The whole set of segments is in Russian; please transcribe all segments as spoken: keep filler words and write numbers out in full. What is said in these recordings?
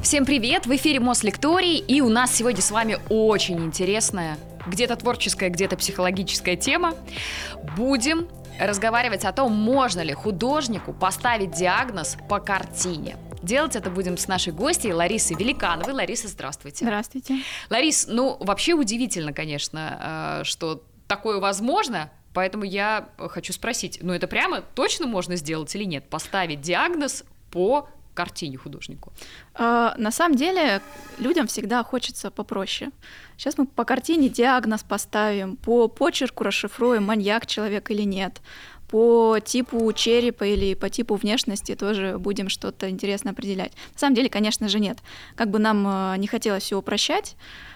Всем привет! В эфире Мослекторий, и у нас сегодня с вами очень интересная, где-то творческая, где-то психологическая тема. Будем разговаривать о том, можно ли художнику поставить диагноз по картине. Делать это будем с нашей гостьей Ларисой Великановой. Лариса, здравствуйте. Здравствуйте. Ларис, ну вообще удивительно, конечно, что такое возможно, поэтому я хочу спросить, ну это прямо точно можно сделать или нет? Поставить диагноз по картине художнику? А, на самом деле людям всегда хочется попроще. Сейчас мы по картине диагноз поставим, по почерку расшифруем, маньяк человек или нет. По типу черепа или по типу внешности тоже будем что-то интересно определять. На самом деле, конечно же, нет. Как бы нам не хотелось все упрощать,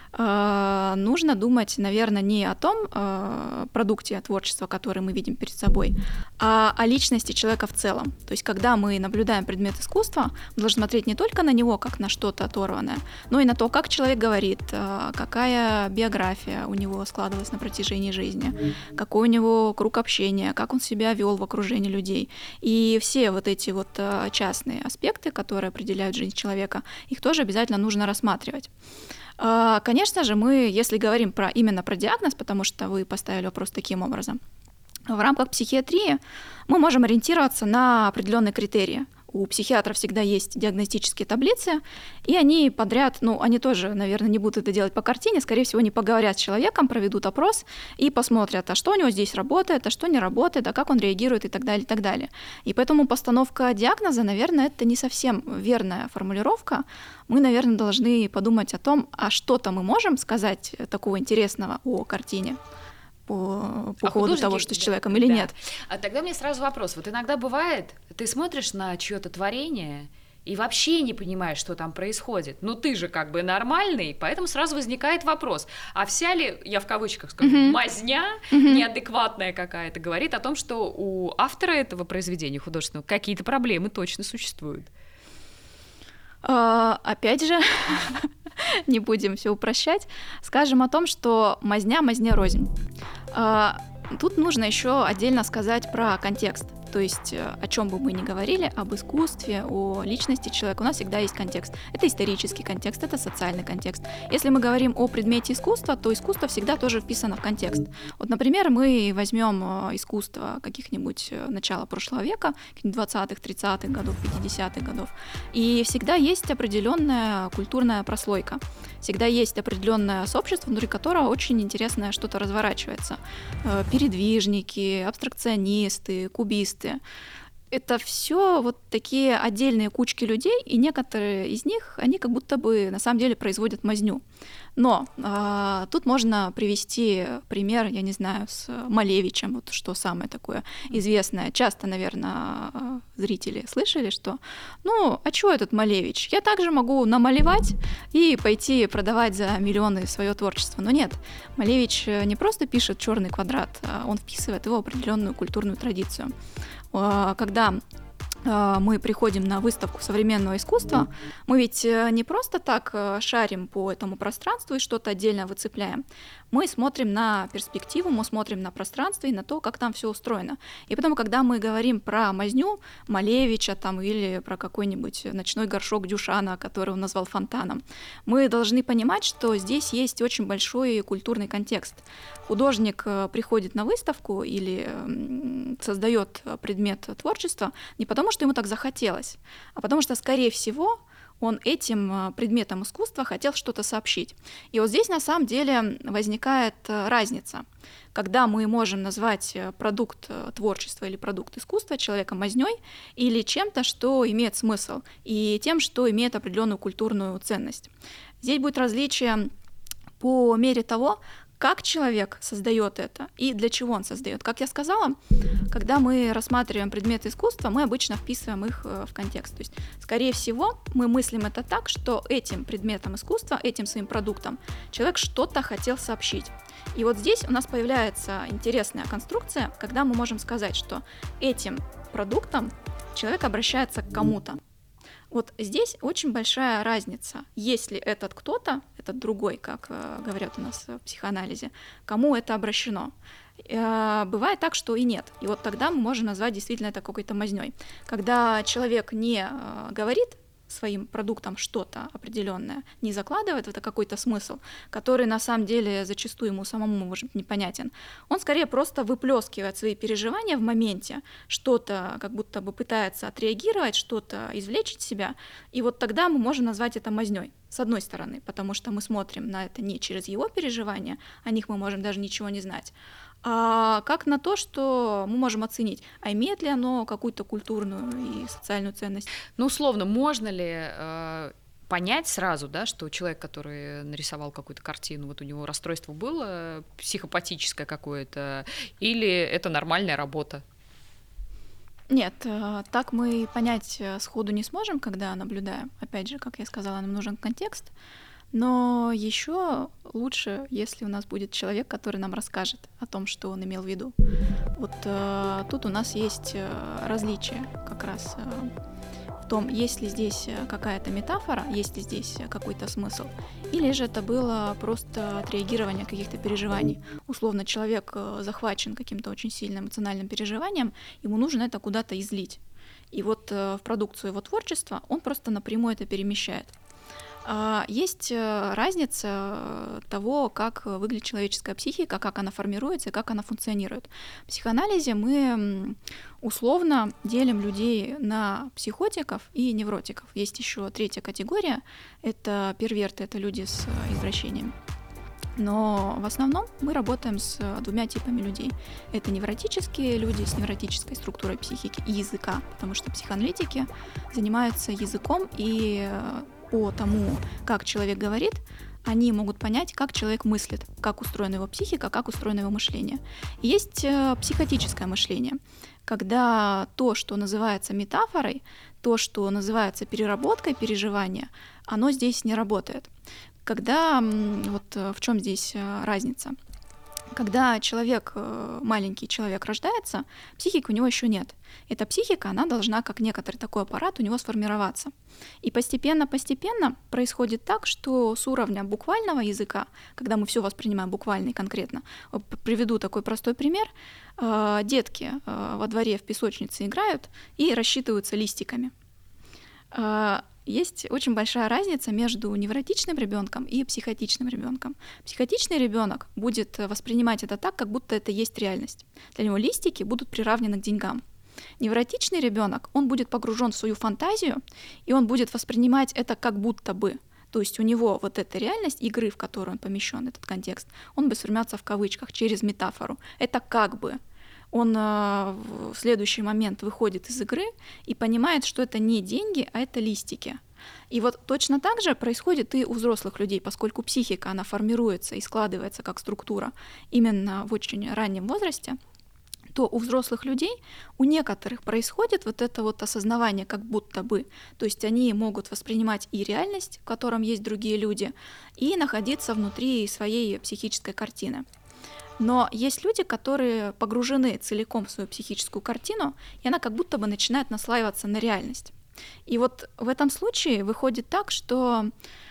нужно думать, наверное, не о том продукте творчества, который мы видим перед собой, а о личности человека в целом. То есть, когда мы наблюдаем предмет искусства, мы должны смотреть не только на него, как на что-то оторванное, но и на то, как человек говорит, какая биография у него складывалась на протяжении жизни, какой у него круг общения, как он себя вел в окружении людей. И все вот эти вот частные аспекты, которые определяют жизнь человека, их тоже обязательно нужно рассматривать. Конечно же, мы, если говорим про, именно про диагноз, потому что вы поставили вопрос таким образом, в рамках психиатрии мы можем ориентироваться на определенные критерии. У психиатров всегда есть диагностические таблицы, и они подряд, ну, они тоже, наверное, не будут это делать по картине, скорее всего, они поговорят с человеком, проведут опрос и посмотрят, а что у него здесь работает, а что не работает, а как он реагирует и так далее, и так далее. И поэтому постановка диагноза, наверное, это не совсем верная формулировка. Мы, наверное, должны подумать о том, а что-то мы можем сказать такого интересного о картине по, по а поводу того, что с человеком, да, или да. нет. А тогда мне сразу вопрос. Вот иногда бывает, ты смотришь на чьё-то творение и вообще не понимаешь, что там происходит. Ну ты же как бы нормальный, поэтому сразу возникает вопрос. А вся ли, я в кавычках скажу, mm-hmm. мазня mm-hmm. неадекватная какая-то, говорит о том, что у автора этого произведения художественного какие-то проблемы точно существуют. Uh, опять же, не будем все упрощать, скажем о том, что мазня мазня рознь. Uh, тут нужно еще отдельно сказать про контекст. То есть о чем бы мы ни говорили, об искусстве, о личности человека, у нас всегда есть контекст. Это исторический контекст, это социальный контекст. Если мы говорим о предмете искусства, то искусство всегда тоже вписано в контекст. Вот, например, мы возьмем искусство каких-нибудь начала прошлого века, двадцатых, тридцатых годов, пятидесятых годов, и всегда есть определенная культурная прослойка. Всегда есть определенное сообщество, внутри которого очень интересное что-то разворачивается. Передвижники, абстракционисты, кубисты. Это все вот такие отдельные кучки людей, и некоторые из них, они как будто бы на самом деле производят мазню. Но а, тут можно привести пример, я не знаю, с Малевичем, вот что самое такое известное. Часто, наверное, зрители слышали, что ну, а чё этот Малевич? Я также могу намалевать и пойти продавать за миллионы свое творчество. Но нет, Малевич не просто пишет черный квадрат, он вписывает его в определенную культурную традицию. Когда мы приходим на выставку современного искусства, мы ведь не просто так шарим по этому пространству и что-то отдельно выцепляем. Мы смотрим на перспективу, мы смотрим на пространство и на то, как там все устроено. И потом, когда мы говорим про мазню Малевича там, или про какой-нибудь ночной горшок Дюшана, который он назвал фонтаном, мы должны понимать, что здесь есть очень большой культурный контекст. Художник приходит на выставку или создает предмет творчества не потому, что ему так захотелось, а потому что, скорее всего, он этим предметом искусства хотел что-то сообщить. И вот здесь на самом деле возникает разница. Когда мы можем назвать продукт творчества или продукт искусства человека мазнёй или чем-то, что имеет смысл, и тем, что имеет определенную культурную ценность. Здесь будет различие по мере того, как человек создает это и для чего он создает. Как я сказала, когда мы рассматриваем предметы искусства, мы обычно вписываем их в контекст. То есть, скорее всего, мы мыслим это так, что этим предметом искусства, этим своим продуктом человек что-то хотел сообщить. И вот здесь у нас появляется интересная конструкция, когда мы можем сказать, что этим продуктом человек обращается к кому-то. Вот здесь очень большая разница, если этот кто-то, этот другой, как э, говорят у нас в психоанализе, кому это обращено. Э, бывает так, что и нет. И вот тогда мы можем назвать действительно это какой-то мазнёй. Когда человек не э, говорит своим продуктом что-то определенное, не закладывает в это какой-то смысл, который на самом деле зачастую ему самому может быть непонятен, он скорее просто выплескивает свои переживания в моменте, что-то как будто бы пытается отреагировать, что-то извлечь из себя, и вот тогда мы можем назвать это мазнёй. С одной стороны, потому что мы смотрим на это не через его переживания, о них мы можем даже ничего не знать, а как на то, что мы можем оценить, а имеет ли оно какую-то культурную и социальную ценность. Ну, условно, можно ли э, понять сразу, да, что человек, который нарисовал какую-то картину, вот у него расстройство было психопатическое какое-то, или это нормальная работа? Нет, так мы понять сходу не сможем, когда наблюдаем. Опять же, как я сказала, нам нужен контекст. Но еще лучше, если у нас будет человек, который нам расскажет о том, что он имел в виду. Вот э, тут у нас есть э, различие как раз э, в том, есть ли здесь какая-то метафора, есть ли здесь какой-то смысл, или же это было просто отреагирование каких-то переживаний. Условно, человек э, захвачен каким-то очень сильным эмоциональным переживанием, ему нужно это куда-то излить. И вот э, в продукцию его творчества он просто напрямую это перемещает. Есть разница того, как выглядит человеческая психика, как она формируется и как она функционирует. В психоанализе мы условно делим людей на психотиков и невротиков. Есть еще третья категория — это перверты, это люди с извращениями. Но в основном мы работаем с двумя типами людей. Это невротические люди с невротической структурой психики и языка, потому что психоаналитики занимаются языком, и по тому, как человек говорит, они могут понять, как человек мыслит, как устроена его психика, как устроено его мышление. И есть психотическое мышление, когда то, что называется метафорой, то, что называется переработкой переживания, оно здесь не работает. Когда, вот в чем здесь разница? Когда человек, маленький человек рождается, психики у него еще нет. Эта психика, она должна, как некоторый такой аппарат, у него сформироваться. И постепенно-постепенно происходит так, что с уровня буквального языка, когда мы все воспринимаем буквально и конкретно, приведу такой простой пример. Детки во дворе в песочнице играют и рассчитываются листиками. Есть очень большая разница между невротичным ребенком и психотичным ребенком. Психотичный ребенок будет воспринимать это так, как будто это есть реальность. Для него листики будут приравнены к деньгам. Невротичный ребенок, он будет погружен в свою фантазию, и он будет воспринимать это как будто бы. То есть у него вот эта реальность игры, в которую он помещен, этот контекст, он будет формироваться в кавычках через метафору. Это как бы. Он в следующий момент выходит из игры и понимает, что это не деньги, а это листики. И вот точно так же происходит и у взрослых людей, поскольку психика, она формируется и складывается как структура именно в очень раннем возрасте, то у взрослых людей, у некоторых происходит вот это вот осознавание как будто бы. То есть они могут воспринимать и реальность, в котором есть другие люди, и находиться внутри своей психической картины. Но есть люди, которые погружены целиком в свою психическую картину, и она как будто бы начинает наслаиваться на реальность. И вот в этом случае выходит так, что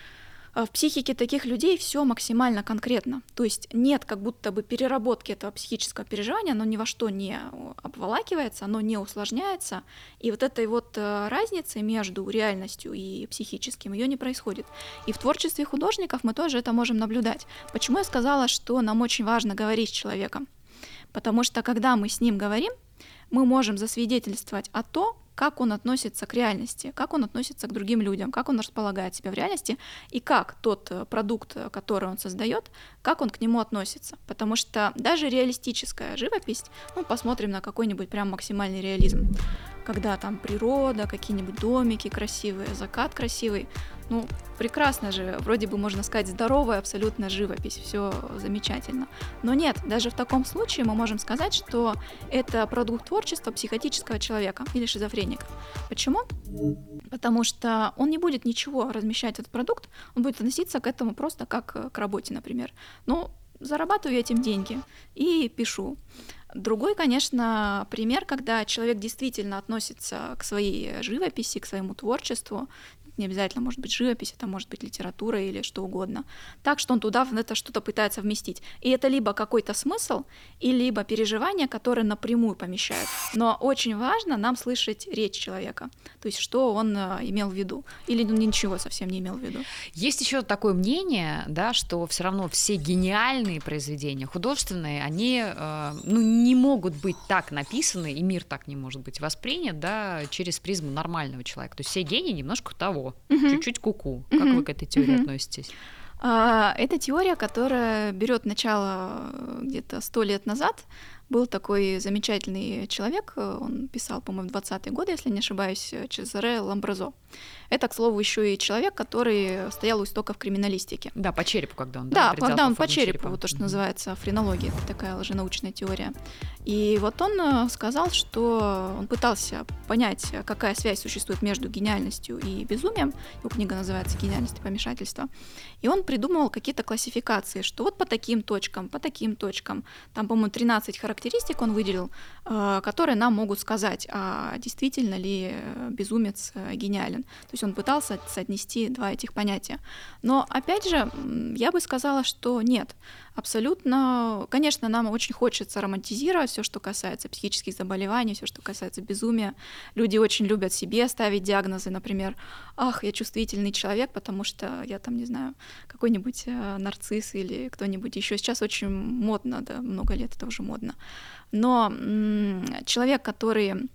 в психике таких людей все максимально конкретно. То есть нет как будто бы переработки этого психического переживания, оно ни во что не обволакивается, оно не усложняется. И вот этой вот разницы между реальностью и психическим ее не происходит. И в творчестве художников мы тоже это можем наблюдать. Почему я сказала, что нам очень важно говорить с человеком? Потому что когда мы с ним говорим, мы можем засвидетельствовать о том, как он относится к реальности, как он относится к другим людям, как он располагает себя в реальности и как тот продукт, который он создает, как он к нему относится. Потому что даже реалистическая живопись, ну, посмотрим на какой-нибудь прям максимальный реализм, когда там природа, какие-нибудь домики красивые, закат красивый, ну, прекрасно же, вроде бы можно сказать, здоровая абсолютно живопись, все замечательно. Но нет, даже в таком случае мы можем сказать, что это продукт творчества психотического человека или шизофреника. Почему? Потому что он не будет ничего размещать этот продукт, он будет относиться к этому просто как к работе, например. Ну, зарабатываю этим деньги и пишу. Другой, конечно, пример, когда человек действительно относится к своей живописи, к своему творчеству, не обязательно может быть живопись, это может быть литература или что угодно, так что он туда в это что-то пытается вместить. И это либо какой-то смысл, и либо переживания, которые напрямую помещают. Но очень важно нам слышать речь человека, то есть что он имел в виду, или он ничего совсем не имел в виду. Есть еще такое мнение, да, что все равно все гениальные произведения художественные, они э, ну, не могут быть так написаны, и мир так не может быть воспринят, да, через призму нормального человека. То есть все гении немножко того, uh-huh. чуть-чуть куку. Как uh-huh. вы к этой теории uh-huh. относитесь? А, это теория, которая берет начало где-то сто лет назад. Был такой замечательный человек, он писал, по-моему, в двадцатые годы, если не ошибаюсь, Чезаре Ламбразо. Это, к слову, еще и человек, который стоял у истоков криминалистики. Да, по черепу, когда он, да? Да, когда он по черепу, вот то, что mm-hmm. называется френология, это такая лженаучная теория. И вот он сказал, что он пытался понять, какая связь существует между гениальностью и безумием. Его книга называется «Гениальность и помешательство». И он придумывал какие-то классификации, что вот по таким точкам, по таким точкам, там, по-моему, тринадцать характеристик он выделил, которые нам могут сказать, а действительно ли безумец гениален. То есть он пытался соотнести два этих понятия. Но, опять же, я бы сказала, что нет. Абсолютно, конечно, нам очень хочется романтизировать все, что касается психических заболеваний, все, что касается безумия. Люди очень любят себе ставить диагнозы, например, ах, я чувствительный человек, потому что я там, не знаю, какой-нибудь нарцисс или кто-нибудь еще. Сейчас очень модно, да, много лет это уже модно. Но м- человек, который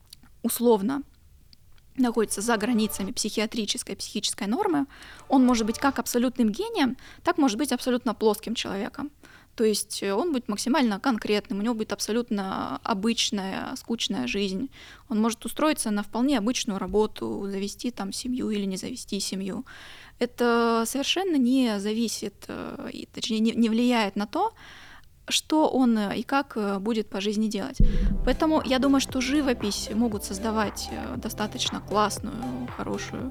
условно находится за границами психиатрической, психической нормы, он может быть как абсолютным гением, так может быть абсолютно плоским человеком. То есть он будет максимально конкретным, у него будет абсолютно обычная, скучная жизнь. Он может устроиться на вполне обычную работу, завести там семью или не завести семью. Это совершенно не зависит, точнее, не влияет на то, что он и как будет по жизни делать. Поэтому я думаю, что живопись могут создавать достаточно классную, хорошую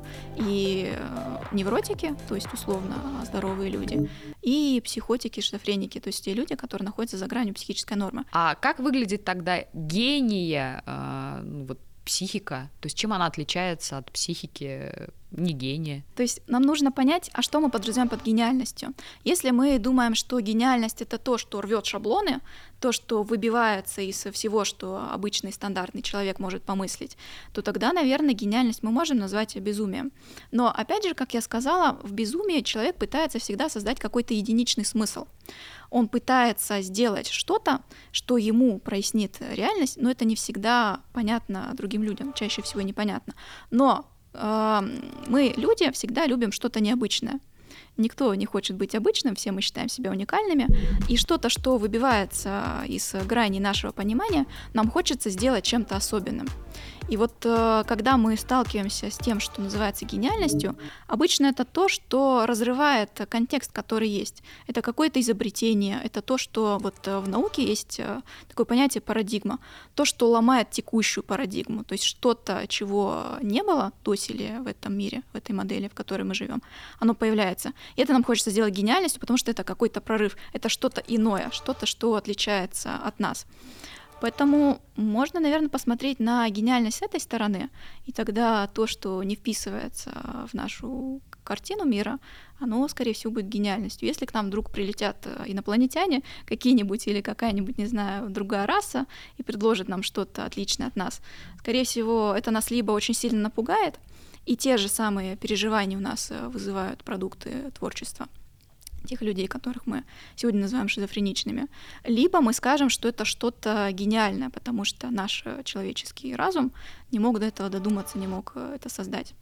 и невротики, то есть условно здоровые люди, и психотики, шизофреники, то есть те люди, которые находятся за гранью психической нормы. А как выглядит тогда гения, ну, вот, психика? То есть чем она отличается от психики не гения? То есть нам нужно понять, а что мы подразумеваем под гениальностью. Если мы думаем, что гениальность — это то, что рвет шаблоны, то, что выбивается из всего, что обычный стандартный человек может помыслить, то тогда, наверное, гениальность мы можем назвать безумием. Но, опять же, как я сказала, в безумии человек пытается всегда создать какой-то единичный смысл. Он пытается сделать что-то, что ему прояснит реальность, но это не всегда понятно другим людям, чаще всего непонятно. Но э, мы, люди, всегда любим что-то необычное. Никто не хочет быть обычным, все мы считаем себя уникальными, и что-то, что выбивается из грани нашего понимания, нам хочется сделать чем-то особенным. И вот когда мы сталкиваемся с тем, что называется гениальностью, обычно это то, что разрывает контекст, который есть. Это какое-то изобретение, это то, что вот в науке есть такое понятие парадигма, то, что ломает текущую парадигму, то есть что-то, чего не было доселе в этом мире, в этой модели, в которой мы живем, оно появляется. И это нам хочется сделать гениальностью, потому что это какой-то прорыв, это что-то иное, что-то, что отличается от нас. Поэтому можно, наверное, посмотреть на гениальность с этой стороны, и тогда то, что не вписывается в нашу картину мира, оно, скорее всего, будет гениальностью. Если к нам вдруг прилетят инопланетяне какие-нибудь или какая-нибудь, не знаю, другая раса и предложат нам что-то отличное от нас, скорее всего, это нас либо очень сильно напугает, и те же самые переживания у нас вызывают продукты творчества тех людей, которых мы сегодня называем шизофреничными, либо мы скажем, что это что-то гениальное, потому что наш человеческий разум не мог до этого додуматься, не мог это создать.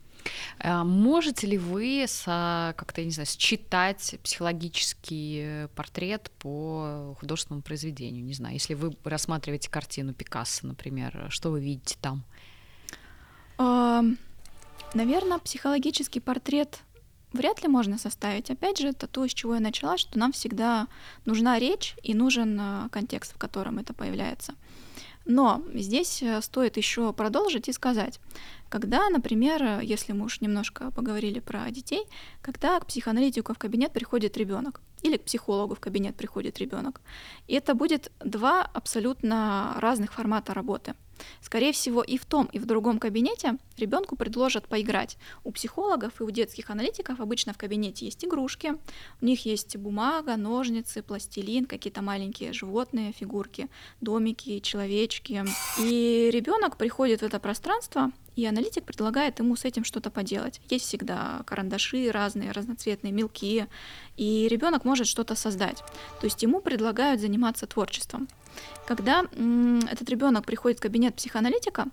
Можете ли вы как-то, я не знаю, считать психологический портрет по художественному произведению? Не знаю, если вы рассматриваете картину Пикассо, например, что вы видите там? Наверное, психологический портрет вряд ли можно составить. Опять же, это то, с чего я начала, что нам всегда нужна речь и нужен контекст, в котором это появляется. Но здесь стоит еще продолжить и сказать, когда, например, если мы уж немножко поговорили про детей, когда к психоаналитику в кабинет приходит ребенок или к психологу в кабинет приходит ребенок, и это будет два абсолютно разных формата работы. скорее всего, и в том, и в другом кабинете ребенку предложат поиграть. У психологов и у детских аналитиков обычно в кабинете есть игрушки, у них есть бумага, ножницы, пластилин, какие-то маленькие животные, фигурки, домики, человечки. И ребенок приходит в это пространство, и аналитик предлагает ему с этим что-то поделать. Есть всегда карандаши разные, разноцветные, мелкие, и ребенок может что-то создать. То есть ему предлагают заниматься творчеством. Когда м, этот ребенок приходит в кабинет психоаналитика,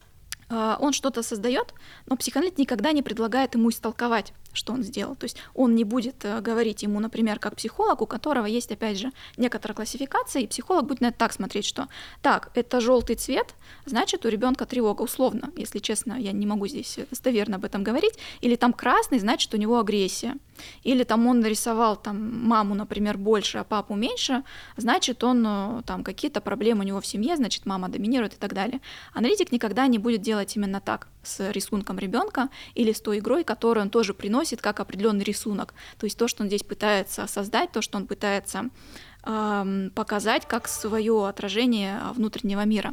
э, он что-то создает, но психоаналитик никогда не предлагает ему истолковать, что он сделал. То есть он не будет э, говорить ему, например, как психолог, у которого есть, опять же, некоторая классификация, и психолог будет на это так смотреть, что так, это желтый цвет, значит, у ребенка тревога, условно, если честно, я не могу здесь достоверно об этом говорить, или там красный, значит, у него агрессия, или там он нарисовал там маму, например, больше, а папу меньше, значит, он э, там какие-то проблемы у него в семье, значит, мама доминирует и так далее. Аналитик никогда не будет делать именно так с рисунком ребенка или с той игрой, которую он тоже приносит как определенный рисунок. То есть то, что он здесь пытается создать, то, что он пытается э, показать как свое отражение внутреннего мира.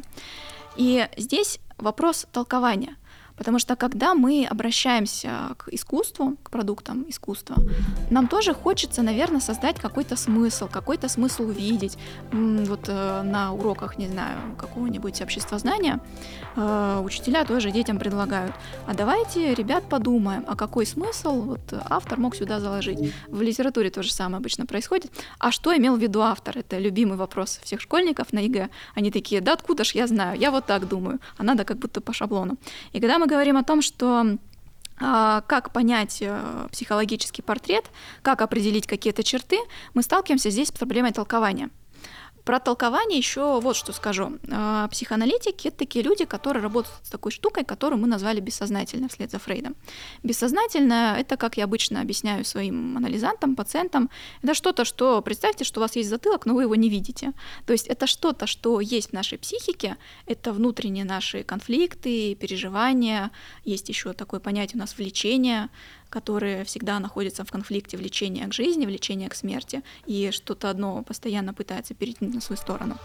И здесь вопрос толкования. Потому что когда мы обращаемся к искусству, к продуктам искусства, нам тоже хочется, наверное, создать какой-то смысл, какой-то смысл увидеть. Вот на уроках, не знаю, какого-нибудь обществознания учителя тоже детям предлагают: а давайте, ребят, подумаем, а какой смысл вот автор мог сюда заложить. В литературе то же самое обычно происходит. А что имел в виду автор? Это любимый вопрос всех школьников на ЕГЭ. Они такие: да откуда ж я знаю, я вот так думаю, а надо как будто по шаблону. И когда мы говорим о том, что а, как понять а, психологический портрет, как определить какие-то черты, мы сталкиваемся здесь с проблемой толкования. Про толкование еще вот что скажу. Психоаналитики — это такие люди, которые работают с такой штукой, которую мы назвали бессознательно вслед за Фрейдом. Бессознательное — это, как я обычно объясняю своим анализантам, пациентам, это что-то, что, представьте, что у вас есть затылок, но вы его не видите. То есть это что-то, что есть в нашей психике, это внутренние наши конфликты, переживания, есть еще такое понятие у нас влечение, которые всегда находятся в конфликте: влечение к жизни, влечение к смерти, и что-то одно постоянно пытается перетянуть на свою сторону.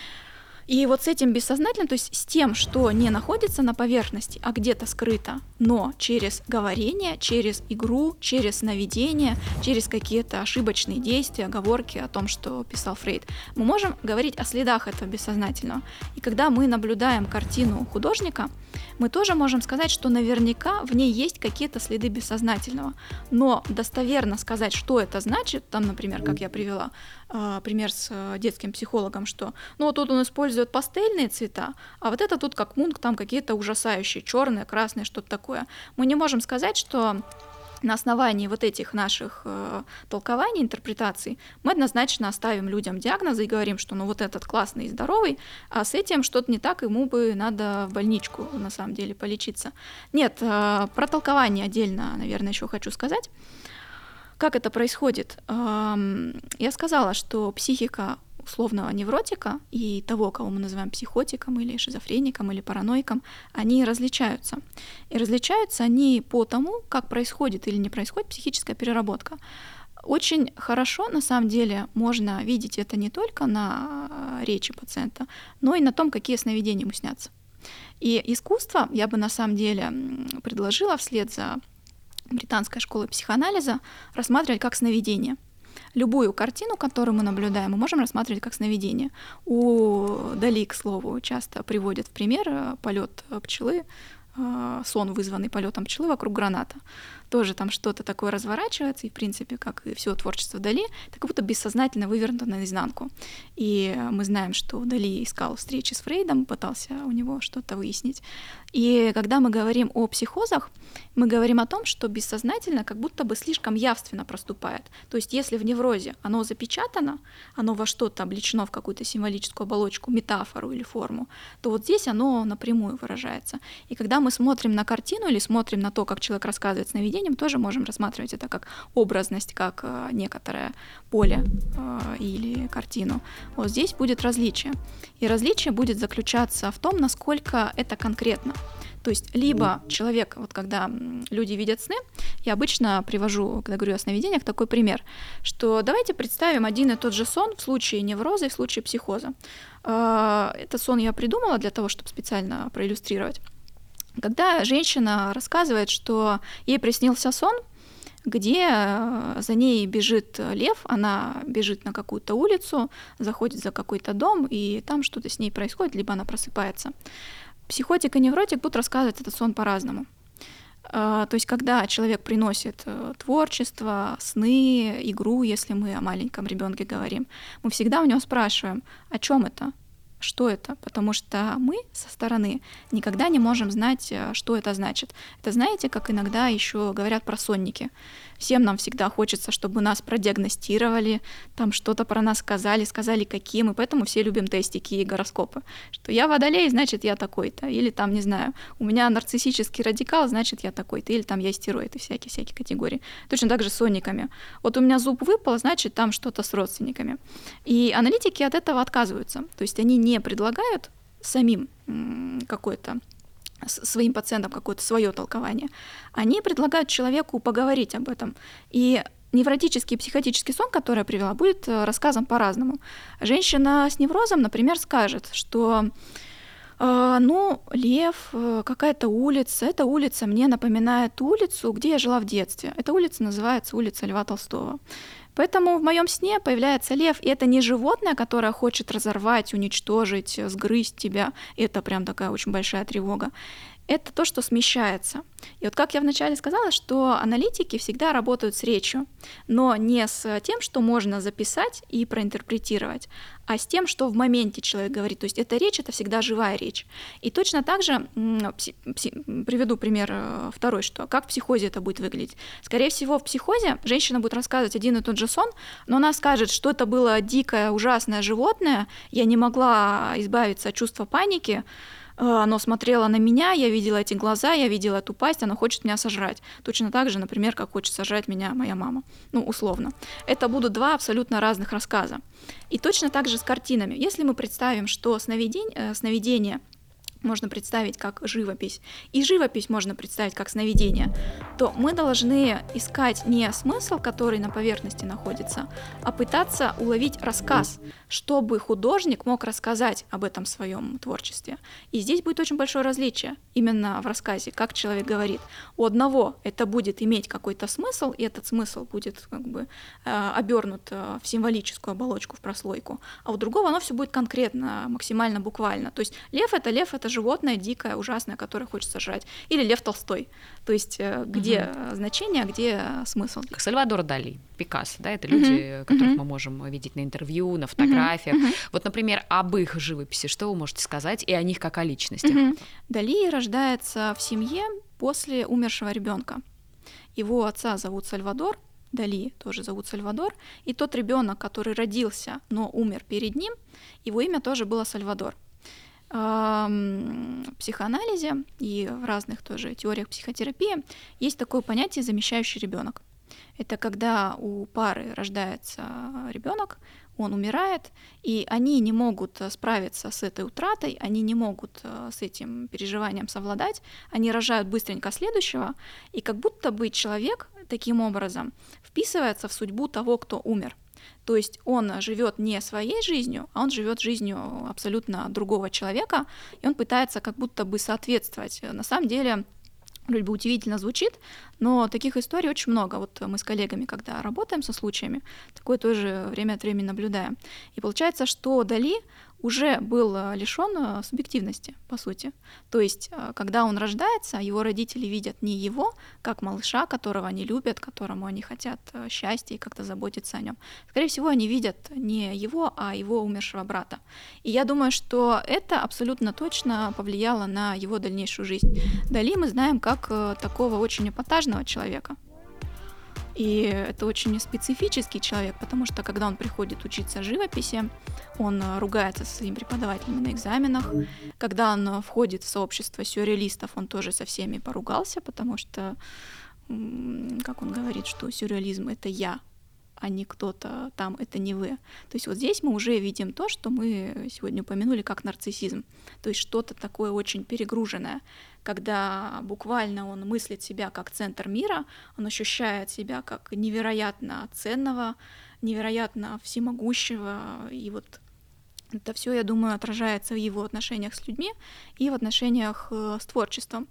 И вот с этим бессознательным, то есть с тем, что не находится на поверхности, а где-то скрыто, но через говорение, через игру, через сновидение, через какие-то ошибочные действия, оговорки о том, что писал Фрейд, мы можем говорить о следах этого бессознательного. И когда мы наблюдаем картину художника, мы тоже можем сказать, что наверняка в ней есть какие-то следы бессознательного. Но достоверно сказать, что это значит, там, например, как я привела э, пример с э, детским психологом, что ну вот тут он использует пастельные цвета, а вот это тут как Мунк, там какие-то ужасающие, черные, красные, что-то такое. Мы не можем сказать, что на основании вот этих наших э, толкований, интерпретаций мы однозначно оставим людям диагнозы и говорим, что ну вот этот классный и здоровый, а с этим что-то не так, ему бы надо в больничку на самом деле полечиться. Нет, э, про толкование отдельно, наверное, еще хочу сказать. Как это происходит? Э, я сказала, что психика условного невротика и того, кого мы называем психотиком или шизофреником или параноиком, они различаются. И различаются они по тому, как происходит или не происходит психическая переработка. Очень хорошо, на самом деле, можно видеть это не только на речи пациента, но и на том, какие сновидения ему снятся. И искусство я бы на самом деле предложила вслед за британской школой психоанализа рассматривать как сновидение. Любую картину, которую мы наблюдаем, мы можем рассматривать как сновидение. У Дали, к слову, часто приводят в пример полет пчелы, сон, вызванный полетом пчелы вокруг граната. Тоже там что-то такое разворачивается, и, в принципе, как и все творчество Дали, это как будто бессознательно вывернуто наизнанку. И мы знаем, что Дали искал встречи с Фрейдом, пытался у него что-то выяснить. И когда мы говорим о психозах, мы говорим о том, что бессознательно как будто бы слишком явственно проступает. То есть если в неврозе оно запечатано, оно во что-то облечено в какую-то символическую оболочку, метафору или форму, то вот здесь оно напрямую выражается. И когда мы смотрим на картину или смотрим на то, как человек рассказывает сновидение, тоже можем рассматривать это как образность, как э, некоторое поле э, или картину. Вот здесь будет различие. И различие будет заключаться в том, насколько это конкретно. То есть либо человек, вот когда люди видят сны, Я обычно привожу, когда говорю о сновидениях, такой пример, что давайте представим один и тот же сон в случае невроза и в случае психоза. Этот сон я придумала для того, чтобы специально проиллюстрировать. Когда женщина рассказывает, что ей приснился сон, где за ней бежит лев, она бежит на какую-то улицу, заходит за какой-то дом, и там что-то с ней происходит, либо она просыпается. Психотик и невротик будут рассказывать этот сон по-разному. То есть, когда человек приносит творчество, сны, игру, если мы о маленьком ребенке говорим, мы всегда у него спрашиваем, о чем это? Что это? Потому что мы со стороны никогда не можем знать, что это значит. Это, знаете, как иногда еще говорят про сонники. Всем нам всегда хочется, чтобы нас продиагностировали, там что-то про нас сказали, сказали каким, и поэтому все любим тестики и гороскопы. Что я водолей, значит, я такой-то. Или там, не знаю, у меня нарциссический радикал, значит, я такой-то. Или там я стероид и всякие-всякие категории. Точно так же с сонниками. Вот у меня зуб выпал, значит, там что-то с родственниками. И аналитики от этого отказываются. То есть они не предлагают самим какое-то своим пациентам какое-то свое толкование. Они предлагают человеку поговорить об этом. И невротический и психотический сон, который я привела, будет рассказан по-разному. Женщина с неврозом, например, скажет, что э, ну, лев, какая-то улица, эта улица мне напоминает улицу, где я жила в детстве. Эта улица называется улица Льва Толстого. Поэтому в моем сне появляется лев, и это не животное, которое хочет разорвать, уничтожить, сгрызть тебя. Это прям такая очень большая тревога. Это то, что смещается. И вот как я вначале сказала, что аналитики всегда работают с речью, но не с тем, что можно записать и проинтерпретировать, а с тем, что в моменте человек говорит. То есть эта речь — это всегда живая речь. И точно так же, пси- пси- приведу пример второй, что как в психозе это будет выглядеть. Скорее всего, в психозе женщина будет рассказывать один и тот же сон, но она скажет, что это было дикое, ужасное животное, я не могла избавиться от чувства паники, оно смотрело на меня, я видела эти глаза, я видела эту пасть, оно хочет меня сожрать. Точно так же, например, как хочет сожрать меня моя мама. Ну, условно. Это будут два абсолютно разных рассказа. И точно так же с картинами. Если мы представим, что сновидение, сновидение можно представить как живопись, и живопись можно представить как сновидение, то мы должны искать не смысл, который на поверхности находится, а пытаться уловить рассказ, чтобы художник мог рассказать об этом своем творчестве. И здесь будет очень большое различие именно в рассказе, как человек говорит. У одного это будет иметь какой-то смысл, и этот смысл будет как бы обернут в символическую оболочку, в прослойку, а у другого оно все будет конкретно, максимально буквально. То есть лев — это лев, это животное дикое, ужасное, которое хочет сожрать. Или Лев Толстой. То есть где угу. значение, а где смысл. Как Сальвадор Дали, Пикассо, да, это люди, угу. которых угу. мы можем видеть на интервью, на фотографиях. Угу. Вот, например, об их живописи, что вы можете сказать, и о них как о личностях? Угу. Дали рождается в семье после умершего ребенка. Его отца зовут Сальвадор, Дали тоже зовут Сальвадор, и тот ребенок, который родился, но умер перед ним, его имя тоже было Сальвадор. В психоанализе и в разных тоже теориях психотерапии есть такое понятие замещающий ребенок. Это когда у пары рождается ребенок, он умирает, и они не могут справиться с этой утратой, они не могут с этим переживанием совладать, они рожают быстренько следующего, и как будто бы человек таким образом вписывается в судьбу того, кто умер. То есть он живет не своей жизнью, а он живет жизнью абсолютно другого человека, и он пытается как будто бы соответствовать. На самом деле, вроде бы удивительно звучит, но таких историй очень много. Вот мы с коллегами, когда работаем со случаями, такое тоже время от времени наблюдаем. И получается, что Дали уже был лишён субъективности, по сути. То есть, когда он рождается, его родители видят не его, как малыша, которого они любят, которому они хотят счастья и как-то заботиться о нем. Скорее всего, они видят не его, а его умершего брата. И я думаю, что это абсолютно точно повлияло на его дальнейшую жизнь. Дали мы знаем как такого очень эпатажного человека. И это очень специфический человек, потому что когда он приходит учиться живописи, он ругается со своими преподавателями на экзаменах. Когда он входит в сообщество сюрреалистов, он тоже со всеми поругался, потому что, как он говорит, что сюрреализм — это я, а не кто-то там, это не вы. То есть вот здесь мы уже видим то, что мы сегодня упомянули как нарциссизм. То есть что-то такое очень перегруженное, когда буквально он мыслит себя как центр мира, он ощущает себя как невероятно ценного, невероятно всемогущего, и вот это все, я думаю, отражается в его отношениях с людьми и в отношениях э, с творчеством.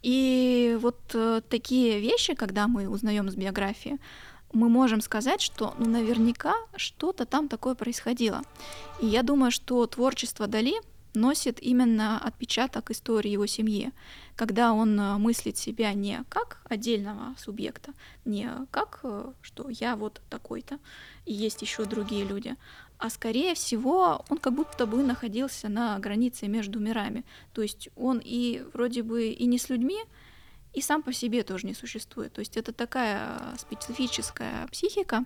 И вот э, такие вещи, когда мы узнаем из биографии, мы можем сказать, что ну, наверняка что-то там такое происходило. И я думаю, что творчество Дали носит именно отпечаток истории его семьи, когда он э, мыслит себя не как отдельного субъекта, не как, э, что я вот такой-то, и есть еще другие люди, а скорее всего он как будто бы находился на границе между мирами. То есть он и вроде бы и не с людьми, и сам по себе тоже не существует. То есть это такая специфическая психика,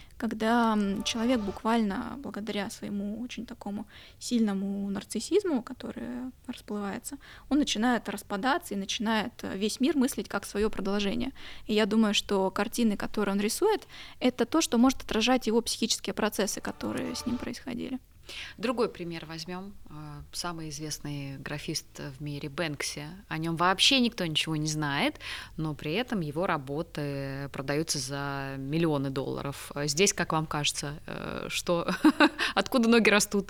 когда человек буквально благодаря своему очень такому сильному нарциссизму, который расплывается, он начинает распадаться и начинает весь мир мыслить как свое продолжение. И я думаю, что картины, которые он рисует, это то, что может отражать его психические процессы, которые с ним происходили. Другой пример возьмем. Самый известный графист в мире Бэнкси. О нем вообще никто ничего не знает, но при этом его работы продаются за миллионы долларов. Здесь, как вам кажется, что откуда ноги растут?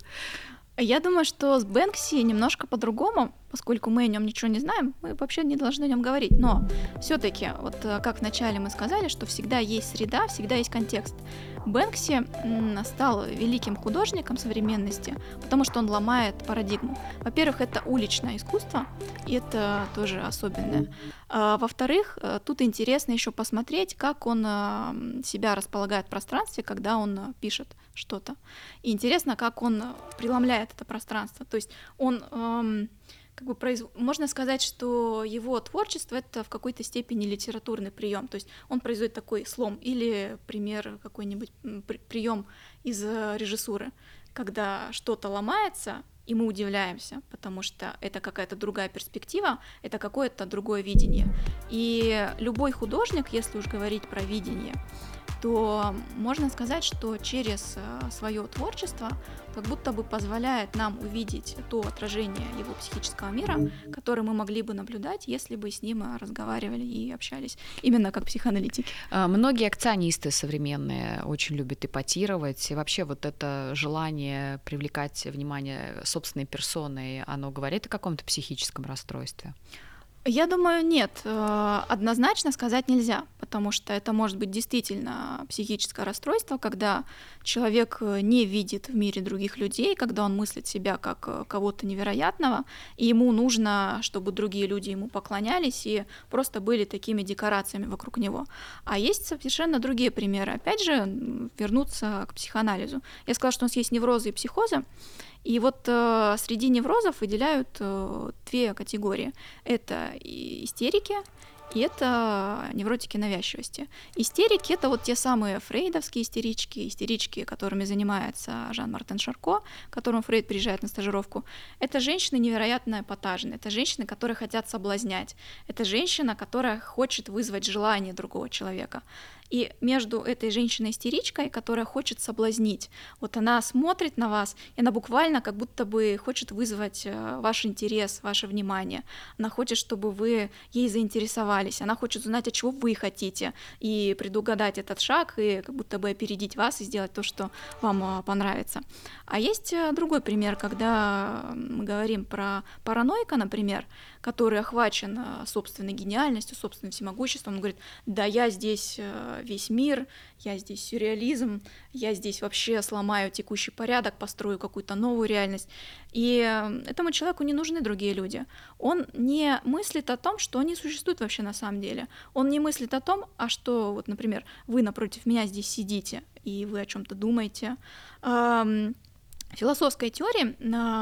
Я думаю, что с Бэнкси немножко по-другому, поскольку мы о нем ничего не знаем, мы вообще не должны о нем говорить. Но все-таки, вот как вначале мы сказали, что всегда есть среда, всегда есть контекст. Бэнкси стал великим художником современности, потому что он ломает парадигму. Во-первых, это уличное искусство, и это тоже особенное. А, во-вторых, тут интересно еще посмотреть, как он себя располагает в пространстве, когда он пишет что-то. И интересно, как он преломляет это пространство. То есть он... Эм, как бы произ... можно сказать, что его творчество — это в какой-то степени литературный прием, то есть он производит такой слом или пример какой-нибудь прием из режиссуры, когда что-то ломается, и мы удивляемся, потому что это какая-то другая перспектива, это какое-то другое видение. И любой художник, если уж говорить про видение, то можно сказать, что через свое творчество как будто бы позволяет нам увидеть то отражение его психического мира, которое мы могли бы наблюдать, если бы с ним разговаривали и общались, именно как психоаналитики. Многие акционисты современные очень любят эпатировать, и вообще вот это желание привлекать внимание собственной персоной, оно говорит о каком-то психическом расстройстве? Я думаю, нет, однозначно сказать нельзя, потому что это может быть действительно психическое расстройство, когда человек не видит в мире других людей, когда он мыслит себя как кого-то невероятного, и ему нужно, чтобы другие люди ему поклонялись и просто были такими декорациями вокруг него. А есть совершенно другие примеры. Опять же, вернуться к психоанализу. Я сказала, что у нас есть неврозы и психозы. И вот э, среди неврозов выделяют э, две категории. Это истерики и это невротики навязчивости. Истерики — это вот те самые фрейдовские истерички, истерички, которыми занимается Жан-Мартен Шарко, к которому Фрейд приезжает на стажировку. Это женщины невероятно эпатажные, это женщины, которые хотят соблазнять, это женщина, которая хочет вызвать желание другого человека. И между этой женщиной-истеричкой, которая хочет соблазнить, вот она смотрит на вас, и она буквально как будто бы хочет вызвать ваш интерес, ваше внимание. Она хочет, чтобы вы ей заинтересовались, она хочет узнать, от чего вы хотите, и предугадать этот шаг, и как будто бы опередить вас и сделать то, что вам понравится. А есть другой пример, когда мы говорим про параноика, например, который охвачен собственной гениальностью, собственным всемогуществом. Он говорит: да, я здесь весь мир, я здесь сюрреализм, я здесь вообще сломаю текущий порядок, построю какую-то новую реальность. И этому человеку не нужны другие люди. Он не мыслит о том, что они существуют вообще на самом деле. Он не мыслит о том, а что, вот, например, вы напротив меня здесь сидите, и вы о чем-то думаете. В философской теории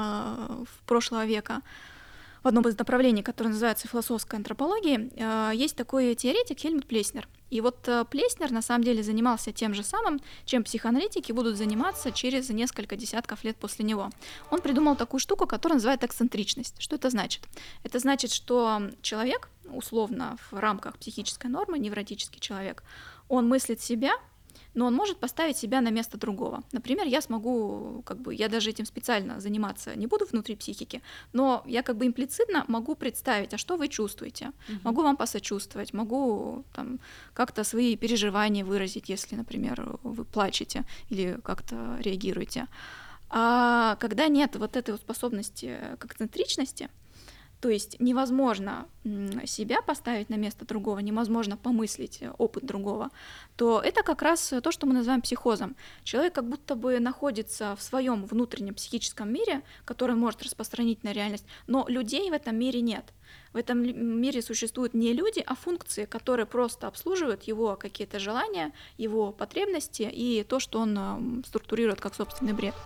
прошлого века, в одном из направлений, которое называется философская антропология, есть такой теоретик Хельмут Плеснер. И вот Плеснер на самом деле занимался тем же самым, чем психоаналитики будут заниматься через несколько десятков лет после него. Он придумал такую штуку, которая называется эксцентричность. Что это значит? Это значит, что человек, условно в рамках психической нормы, невротический человек, он мыслит себя но он может поставить себя на место другого. Например, я смогу, как бы, я даже этим специально заниматься не буду внутри психики, но я как бы имплицитно могу представить, а что вы чувствуете. Uh-huh. Могу вам посочувствовать, могу там как-то свои переживания выразить, если, например, вы плачете или как-то реагируете. А когда нет вот этой вот способности к эксцентричности, то есть невозможно себя поставить на место другого, невозможно помыслить опыт другого, то это как раз то, что мы называем психозом. Человек как будто бы находится в своем внутреннем психическом мире, который может распространить на реальность, но людей в этом мире нет. В этом мире существуют не люди, а функции, которые просто обслуживают его какие-то желания, его потребности и то, что он структурирует как собственный бред.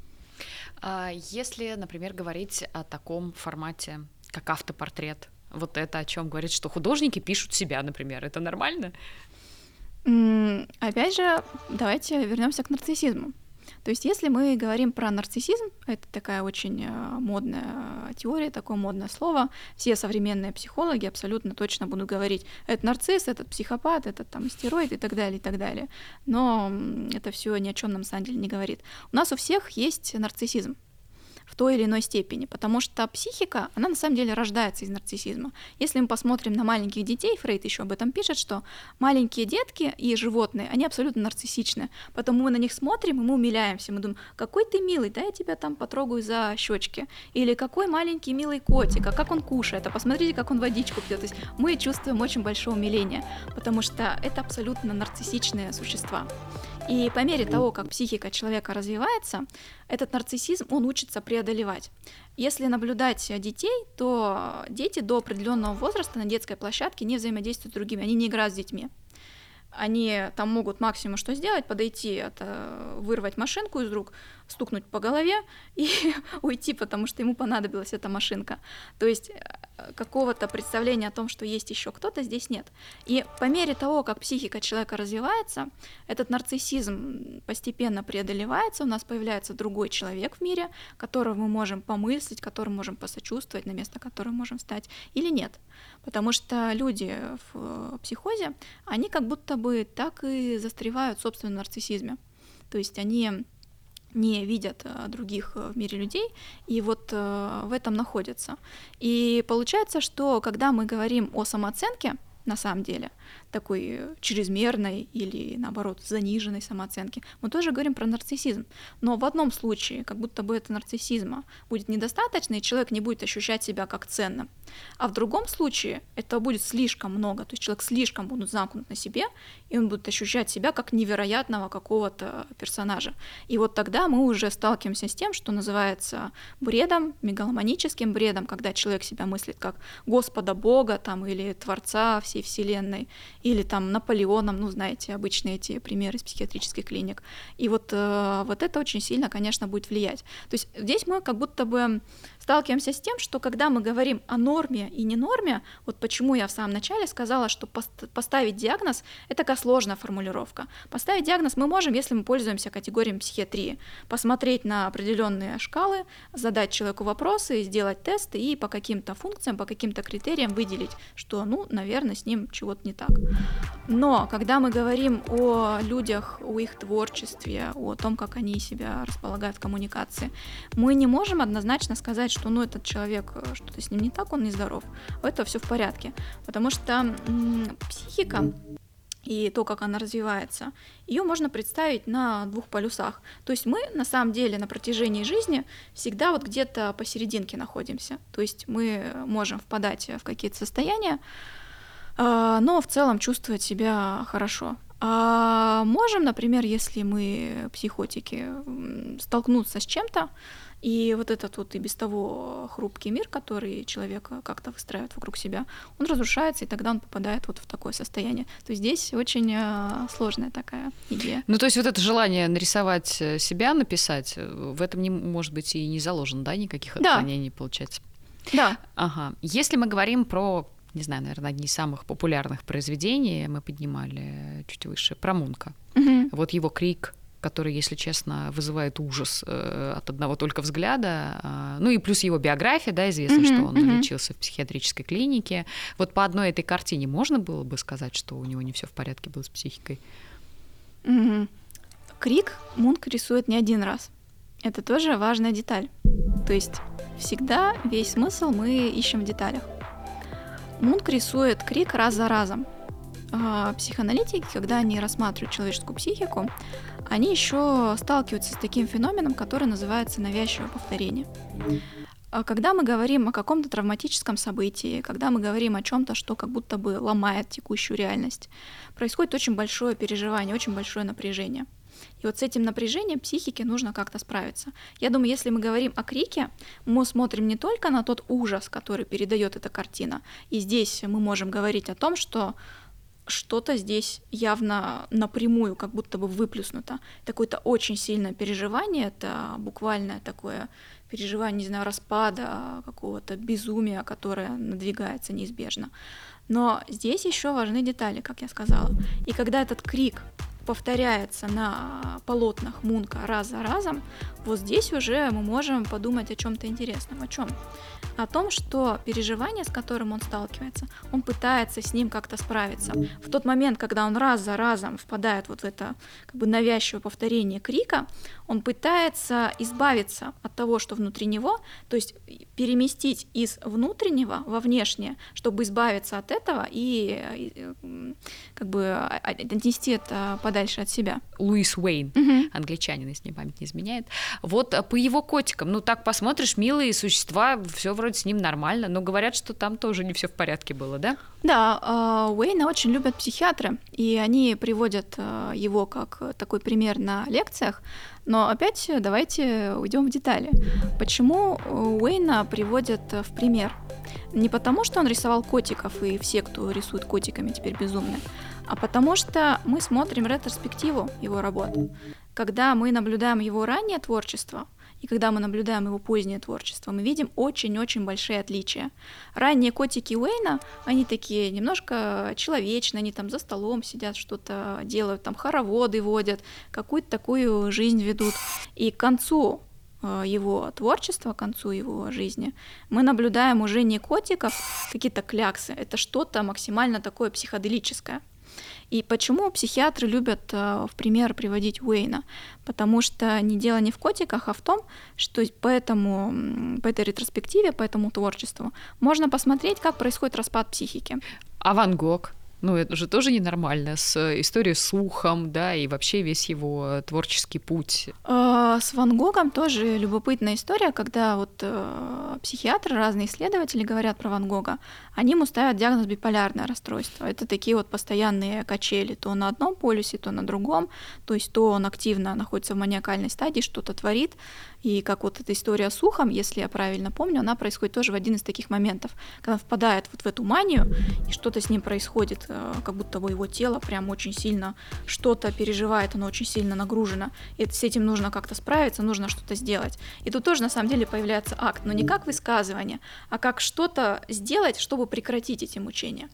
Если, например, говорить о таком формате, как автопортрет, вот это о чем говорит, что художники пишут себя, например, это нормально? Mm, опять же, давайте вернемся к нарциссизму. То есть, если мы говорим про нарциссизм, это такая очень модная теория, такое модное слово, все современные психологи абсолютно точно будут говорить, это нарцисс, этот психопат, этот там истероид и так далее, и так далее. Но это все ни о чем нам на самом деле не говорит. У нас у всех есть нарциссизм в той или иной степени, потому что психика, она на самом деле рождается из нарциссизма. Если мы посмотрим на маленьких детей, Фрейд еще об этом пишет, что маленькие детки и животные, они абсолютно нарциссичны, потому мы на них смотрим, и мы умиляемся, мы думаем, какой ты милый, да я тебя там потрогаю за щечки, или какой маленький милый котик, а как он кушает, а посмотрите, как он водичку пьет. То есть мы чувствуем очень большое умиление, потому что это абсолютно нарциссичные существа. И по мере того, как психика человека развивается, этот нарциссизм, он учится преодолевать. Если наблюдать детей, то дети до определенного возраста на детской площадке не взаимодействуют с другими, они не играют с детьми. Они там могут максимум что сделать, подойти, это вырвать машинку из рук, стукнуть по голове и уйти, потому что ему понадобилась эта машинка. То есть какого-то представления о том, что есть еще кто-то, здесь нет. И по мере того, как психика человека развивается, этот нарциссизм постепенно преодолевается, у нас появляется другой человек в мире, которого мы можем помыслить, которому можем посочувствовать, на место которого можем встать, или нет. Потому что люди в психозе, они как будто бы так и застревают в собственном нарциссизме. То есть они не видят других в мире людей, и вот в этом находятся. И получается, что когда мы говорим о самооценке, на самом деле, такой чрезмерной или, наоборот, заниженной самооценки, мы тоже говорим про нарциссизм. Но в одном случае, как будто бы это нарциссизма будет недостаточно, и человек не будет ощущать себя как ценным. А в другом случае это будет слишком много, то есть человек слишком будет замкнут на себе, и он будет ощущать себя как невероятного какого-то персонажа. И вот тогда мы уже сталкиваемся с тем, что называется бредом, мегаломаническим бредом, когда человек себя мыслит как Господа Бога там, или Творца всей Вселенной, или там Наполеоном, ну, знаете, обычные эти примеры из психиатрических клиник. И вот, э, вот это очень сильно, конечно, будет влиять. То есть здесь мы как будто бы сталкиваемся с тем, что когда мы говорим о норме и не норме, вот почему я в самом начале сказала, что пост- поставить диагноз — это такая сложная формулировка. Поставить диагноз мы можем, если мы пользуемся категориями психиатрии, посмотреть на определенные шкалы, задать человеку вопросы, сделать тесты и по каким-то функциям, по каким-то критериям выделить, что, ну, наверное, с ним чего-то не так. Но когда мы говорим о людях, о их творчестве, о том, как они себя располагают в коммуникации, мы не можем однозначно сказать, что ну этот человек, что-то с ним не так, он нездоров. Это все в порядке. Потому что м- психика и то, как она развивается, ее можно представить на двух полюсах. То есть мы на самом деле на протяжении жизни всегда вот где-то посерединке находимся. То есть мы можем впадать в какие-то состояния, но в целом чувствовать себя хорошо. А можем, например, если мы психотики, столкнуться с чем-то, и вот этот вот и без того хрупкий мир, который человек как-то выстраивает вокруг себя, он разрушается, и тогда он попадает вот в такое состояние. То есть здесь очень сложная такая идея. Ну, то есть вот это желание нарисовать себя, написать, в этом, не, может быть, и не заложено, да, никаких отклонений, да. Получается? Да. Ага. Если мы говорим про, не знаю, наверное, одни из самых популярных произведений, мы поднимали чуть выше, про Мунка. Угу. Вот его «Крик», который, если честно, вызывает ужас э, от одного только взгляда. Э, ну и плюс его биография, да, известно, mm-hmm, что он mm-hmm. лечился в психиатрической клинике. Вот по одной этой картине можно было бы сказать, что у него не все в порядке было с психикой? Мгм. Крик Мунк рисует не один раз. Это тоже важная деталь. То есть всегда весь смысл мы ищем в деталях. Мунк рисует крик раз за разом. А психоаналитики, когда они рассматривают человеческую психику, они еще сталкиваются с таким феноменом, который называется навязчивое повторение. А Когда мы говорим о каком-то травматическом событии, когда мы говорим о чем-то, что как будто бы ломает текущую реальность, происходит очень большое переживание, очень большое напряжение. И вот с этим напряжением психике нужно как-то справиться. Я думаю, если мы говорим о крике, мы смотрим не только на тот ужас, который передает эта картина, и здесь мы можем говорить о том, что что-то здесь явно напрямую как будто бы выплюснуто. Это какое-то очень сильное переживание, это буквальное такое переживание, не знаю, распада, какого-то безумия, которое надвигается неизбежно. Но здесь еще важны детали, как я сказала. И когда этот крик повторяется на полотнах Мунка раз за разом, вот здесь уже мы можем подумать о чем-то интересном. О чем? О том, что переживание, с которым он сталкивается, он пытается с ним как-то справиться. В тот момент, когда он раз за разом впадает вот в это как бы навязчивое повторение крика, он пытается избавиться от того, что внутри него, то есть переместить из внутреннего во внешнее, чтобы избавиться от этого и, и как бы отнести это подальше от себя. Луис Уэйн, Мгм. англичанин, если мне память не изменяет. Вот а, по его котикам, ну так посмотришь, милые существа, все вроде с ним нормально, но говорят, что там тоже не все в порядке было, да? Да, а, Уэйна очень любят психиатры, и они приводят а, его как такой пример на лекциях. Но опять давайте уйдем в детали. Почему Уэйна приводят в пример? Не потому, что он рисовал котиков, и все, кто рисует котиками, теперь безумны, а потому что мы смотрим ретроспективу его работ. Когда мы наблюдаем его раннее творчество, и когда мы наблюдаем его позднее творчество, мы видим очень-очень большие отличия. Ранние котики Уэйна, они такие немножко человечные, они там за столом сидят, что-то делают, там хороводы водят, какую-то такую жизнь ведут. И к концу э, его творчества, к концу его жизни, мы наблюдаем уже не котиков, какие-то кляксы, это что-то максимально такое психоделическое. И почему психиатры любят э, в пример приводить Уэйна? Потому что не дело не в котиках, а в том, что по, этому, м, по этой ретроспективе, по этому творчеству можно посмотреть, как происходит распад психики. А Ван Гог? Ну, это же тоже ненормально, с историей с слухом, да, и вообще весь его творческий путь. Э, С Ван Гогом тоже любопытная история, когда вот э, психиатры, разные исследователи говорят про Ван Гога, они ему ставят диагноз биполярное расстройство. Это такие вот постоянные качели, то на одном полюсе, то на другом, то есть то он активно находится в маниакальной стадии, что-то творит, и как вот эта история с ухом, если я правильно помню, она происходит тоже в один из таких моментов, когда он впадает вот в эту манию, и что-то с ним происходит, э, как будто бы его тело прям очень сильно что-то переживает, оно очень сильно нагружено, и с этим нужно как-то справиться, нужно что-то сделать. И тут тоже на самом деле появляется акт, но не как высказывание, а как что-то сделать, чтобы прекратить эти мучения.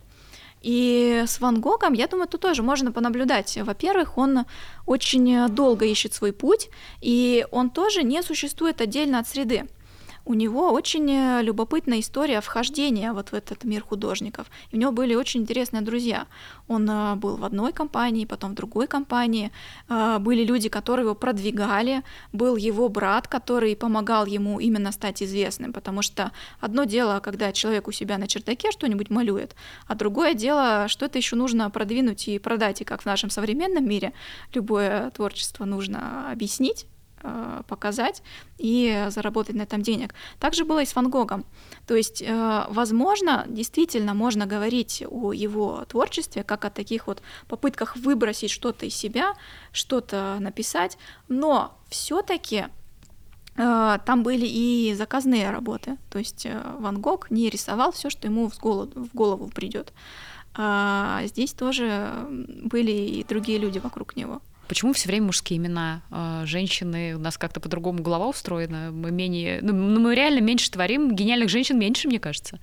И с Ван Гогом, я думаю, тут тоже можно понаблюдать. Во-первых, он очень долго ищет свой путь, и он тоже не существует отдельно от среды. У него очень любопытная история вхождения вот в этот мир художников. И у него были очень интересные друзья. Он э, был в одной компании, потом в другой компании. Э, Были люди, которые его продвигали. Был его брат, который помогал ему именно стать известным. Потому что одно дело, когда человек у себя на чердаке что-нибудь малюет, а другое дело, что это еще нужно продвинуть и продать. И как в нашем современном мире любое творчество нужно объяснить, э, показать и заработать на этом денег. Также было и с Ван Гогом. То есть, э, возможно, действительно можно говорить о его творчестве как о таких вот попытках выбросить что-то из себя, что-то написать, но все-таки э, там были и заказные работы. То есть э, Ван Гог не рисовал все, что ему в голову, в голову придет. А здесь тоже были и другие люди вокруг него. Почему все время мужские имена? Э, Женщины, у нас как-то по-другому голова устроена, мы менее, ну, ну, мы реально меньше творим, гениальных женщин меньше, мне кажется.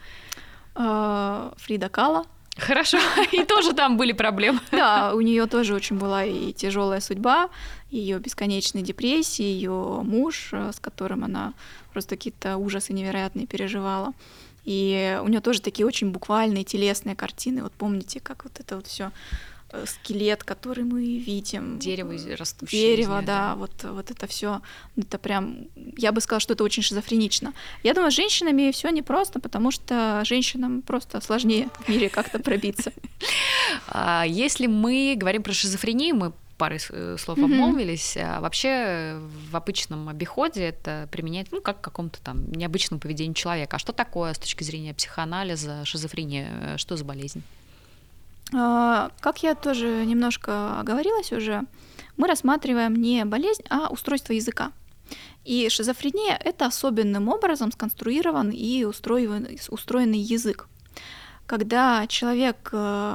А, Фрида Кало. Хорошо, и тоже там были проблемы. Да, у нее тоже очень была и тяжелая судьба, ее бесконечные депрессии, ее муж, э, с которым она просто какие-то ужасы невероятные переживала. И у нее тоже такие очень буквальные, телесные картины. Вот помните, как вот это вот все э, скелет, который мы видим. Дерево растущее. Дерево, да, вот, вот это все, это прям, я бы сказала, что это очень шизофренично. Я думаю, с женщинами все непросто, потому что женщинам просто сложнее в мире как-то пробиться. Если мы говорим про шизофрению, мы парой слов обмолвились, а вообще в обычном обиходе это применяется, ну, как к какому-то там необычному поведению человека. А что такое с точки зрения психоанализа шизофрения? Что за болезнь? Как я тоже немножко оговорилась уже, мы рассматриваем не болезнь, а устройство языка. И шизофрения — это особенным образом сконструирован и устроен, устроенный язык. Когда человек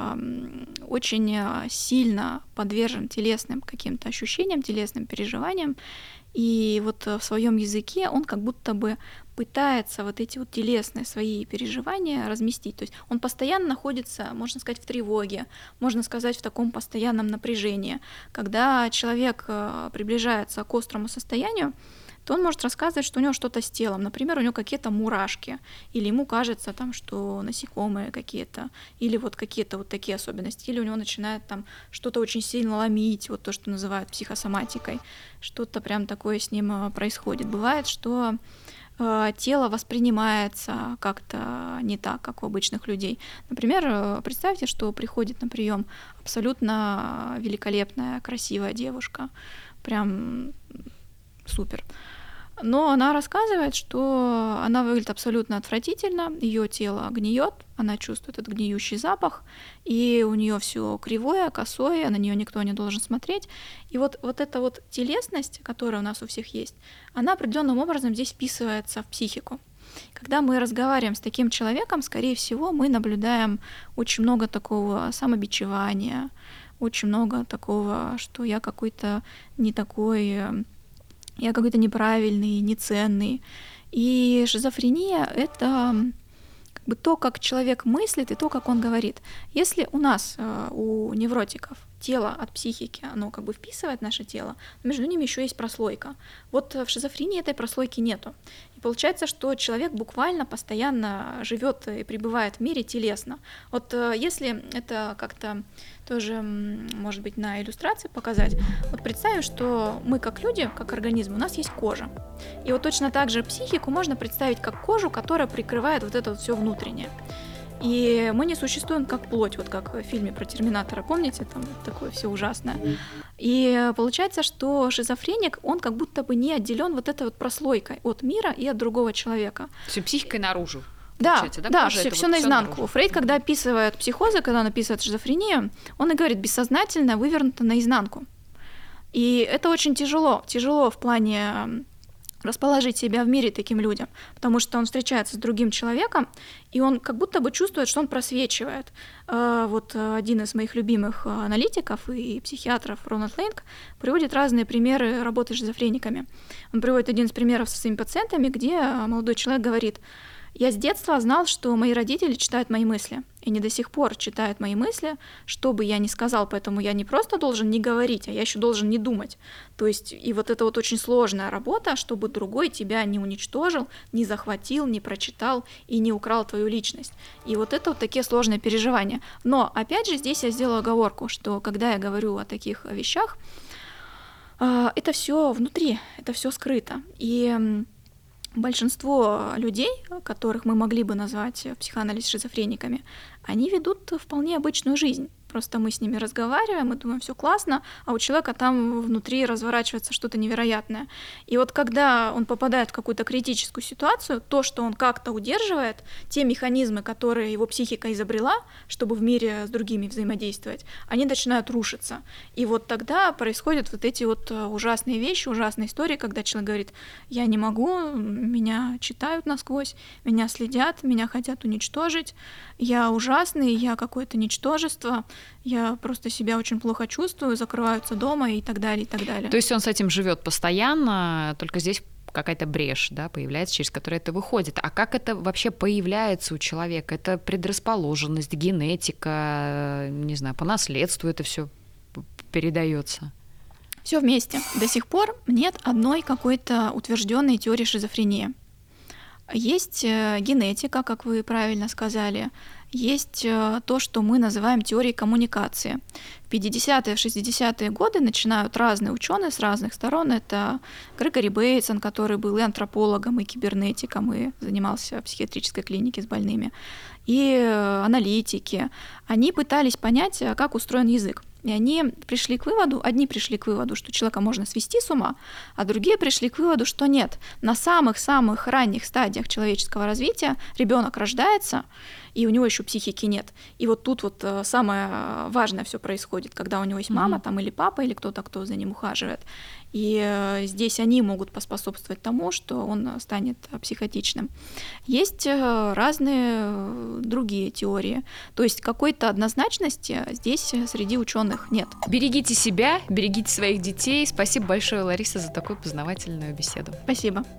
очень сильно подвержен телесным каким-то ощущениям, телесным переживаниям, и вот в своем языке он как будто бы пытается вот эти вот телесные свои переживания разместить. То есть он постоянно находится, можно сказать, в тревоге, можно сказать, в таком постоянном напряжении. Когда человек приближается к острому состоянию, то он может рассказывать, что у него что-то с телом. Например, у него какие-то мурашки, или ему кажется, там, что насекомые какие-то, или вот какие-то вот такие особенности, или у него начинает там что-то очень сильно ломить, вот то, что называют психосоматикой, что-то прям такое с ним происходит. Бывает, что э, тело воспринимается как-то не так, как у обычных людей. Например, представьте, что приходит на прием абсолютно великолепная, красивая девушка, прям супер. Но она рассказывает, что она выглядит абсолютно отвратительно, ее тело гниет, она чувствует этот гниющий запах, и у нее все кривое, косое, на нее никто не должен смотреть. И вот, вот эта вот телесность, которая у нас у всех есть, она определенным образом здесь вписывается в психику. Когда мы разговариваем с таким человеком, скорее всего, мы наблюдаем очень много такого самобичевания, очень много такого, что я какой-то не такой... я какой-то неправильный, неценный. И шизофрения — это как бы то, как человек мыслит, и то, как он говорит. Если у нас, у невротиков, тело от психики, оно как бы вписывает наше тело, но между ними еще есть прослойка. Вот в шизофрении этой прослойки нету. И получается, что человек буквально постоянно живет и пребывает в мире телесно. Вот если это как-то тоже, может быть, на иллюстрации показать, вот представим, что мы как люди, как организм, у нас есть кожа. И вот точно так же психику можно представить как кожу, которая прикрывает вот это вот все внутреннее. И мы не существуем как плоть, вот как в фильме про Терминатора, помните, там такое все ужасное. И получается, что шизофреник, он как будто бы не отделен вот этой вот прослойкой от мира и от другого человека. Все психикой наружу. Да, да, да, все, все вот наизнанку. Всё Фрейд, когда описывает психозы, когда он описывает шизофрению, он и говорит, бессознательно вывернуто наизнанку. И это очень тяжело, тяжело в плане расположить себя в мире таким людям, потому что он встречается с другим человеком, и он как будто бы чувствует, что он просвечивает. Вот один из моих любимых аналитиков и психиатров, Рональд Лейнг, приводит разные примеры работы с шизофрениками. Он приводит один из примеров со своими пациентами, где молодой человек говорит: «Я с детства знал, что мои родители читают мои мысли, и они до сих пор читают мои мысли, что бы я ни сказал, поэтому я не просто должен не говорить, а я еще должен не думать». То есть и вот это вот очень сложная работа, чтобы другой тебя не уничтожил, не захватил, не прочитал и не украл твою личность. И вот это вот такие сложные переживания. Но опять же здесь я сделаю оговорку, что когда я говорю о таких вещах, это все внутри, это все скрыто. И большинство людей, которых мы могли бы назвать в психоанализе шизофрениками, они ведут вполне обычную жизнь. Просто мы с ними разговариваем, мы думаем, все классно, а у человека там внутри разворачивается что-то невероятное. И вот когда он попадает в какую-то критическую ситуацию, то, что он как-то удерживает, те механизмы, которые его психика изобрела, чтобы в мире с другими взаимодействовать, они начинают рушиться. И вот тогда происходят вот эти вот ужасные вещи, ужасные истории, когда человек говорит: я не могу, меня читают насквозь, меня следят, меня хотят уничтожить, я ужасный, я какое-то ничтожество, я просто себя очень плохо чувствую, закрываются дома и так далее, и так далее. То есть он с этим живет постоянно, только здесь какая-то брешь, да, появляется, через которую это выходит. А как это вообще появляется у человека? Это предрасположенность, генетика, не знаю, по наследству это все передается? Все вместе. До сих пор нет одной какой-то утвержденной теории шизофрении. Есть э, генетика, как вы правильно сказали, есть э, то, что мы называем теорией коммуникации. В пятидесятые, в шестидесятые годы начинают разные ученые с разных сторон. Это Грегори Бейтсон, который был и антропологом, и кибернетиком, и занимался в психиатрической клинике с больными, и э, аналитики. Они пытались понять, э, как устроен язык. И они пришли к выводу, одни пришли к выводу, что человека можно свести с ума, а другие пришли к выводу, что нет. На самых-самых ранних стадиях человеческого развития ребенок рождается, и у него еще психики нет. И вот тут вот самое важное все происходит, когда у него есть мама, mm-hmm. там, или папа, или кто-то, кто за ним ухаживает. И здесь они могут поспособствовать тому, что он станет психотичным. Есть разные другие теории. То есть какой-то однозначности здесь среди ученых нет. Берегите себя, берегите своих детей. Спасибо большое, Лариса, за такую познавательную беседу. Спасибо.